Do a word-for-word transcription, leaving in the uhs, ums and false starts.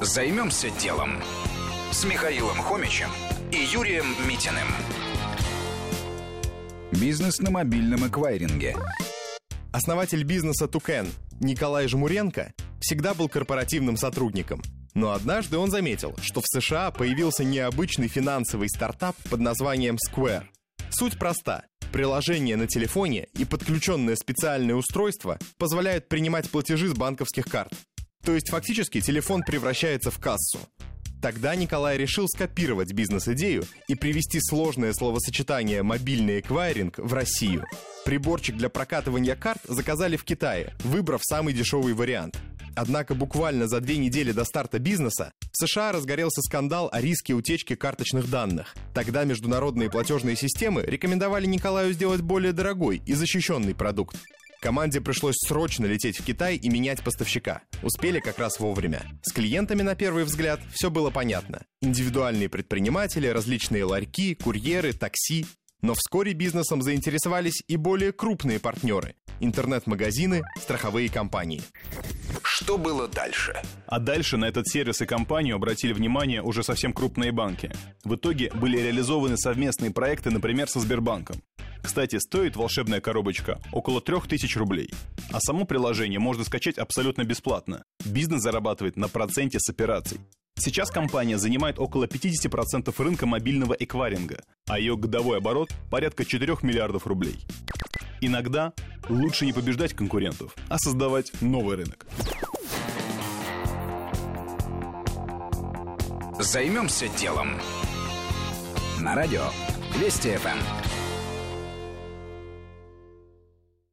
Займемся делом с Михаилом Хомичем и Юрием Митиным. Бизнес на мобильном эквайринге. Основатель бизнеса Тукен Николай Жмуренко всегда был корпоративным сотрудником. Но однажды он заметил, что в США появился необычный финансовый стартап под названием Square. Суть проста. Приложение на телефоне и подключенное специальное устройство позволяют принимать платежи с банковских карт. То есть фактически телефон превращается в кассу. Тогда Николай решил скопировать бизнес-идею и привести сложное словосочетание «мобильный эквайринг» в Россию. Приборчик для прокатывания карт заказали в Китае, выбрав самый дешевый вариант. Однако буквально за две недели до старта бизнеса в США разгорелся скандал о риске утечки карточных данных. Тогда международные платежные системы рекомендовали Николаю сделать более дорогой и защищенный продукт. Команде пришлось срочно лететь в Китай и менять поставщика. Успели как раз вовремя. С клиентами, на первый взгляд, все было понятно. Индивидуальные предприниматели, различные ларьки, курьеры, такси. Но вскоре бизнесом заинтересовались и более крупные партнеры – интернет-магазины, страховые компании. Что было дальше? А дальше на этот сервис и компанию обратили внимание уже совсем крупные банки. В итоге были реализованы совместные проекты, например, со Сбербанком. Кстати, стоит волшебная коробочка около трех тысяч рублей. А само приложение можно скачать абсолютно бесплатно. Бизнес зарабатывает на проценте с операций. Сейчас компания занимает около пятьдесят процентов рынка мобильного эквайринга, а ее годовой оборот порядка четырех миллиардов рублей. Иногда лучше не побеждать конкурентов, а создавать новый рынок. Займемся делом. На радио Вести эф эм.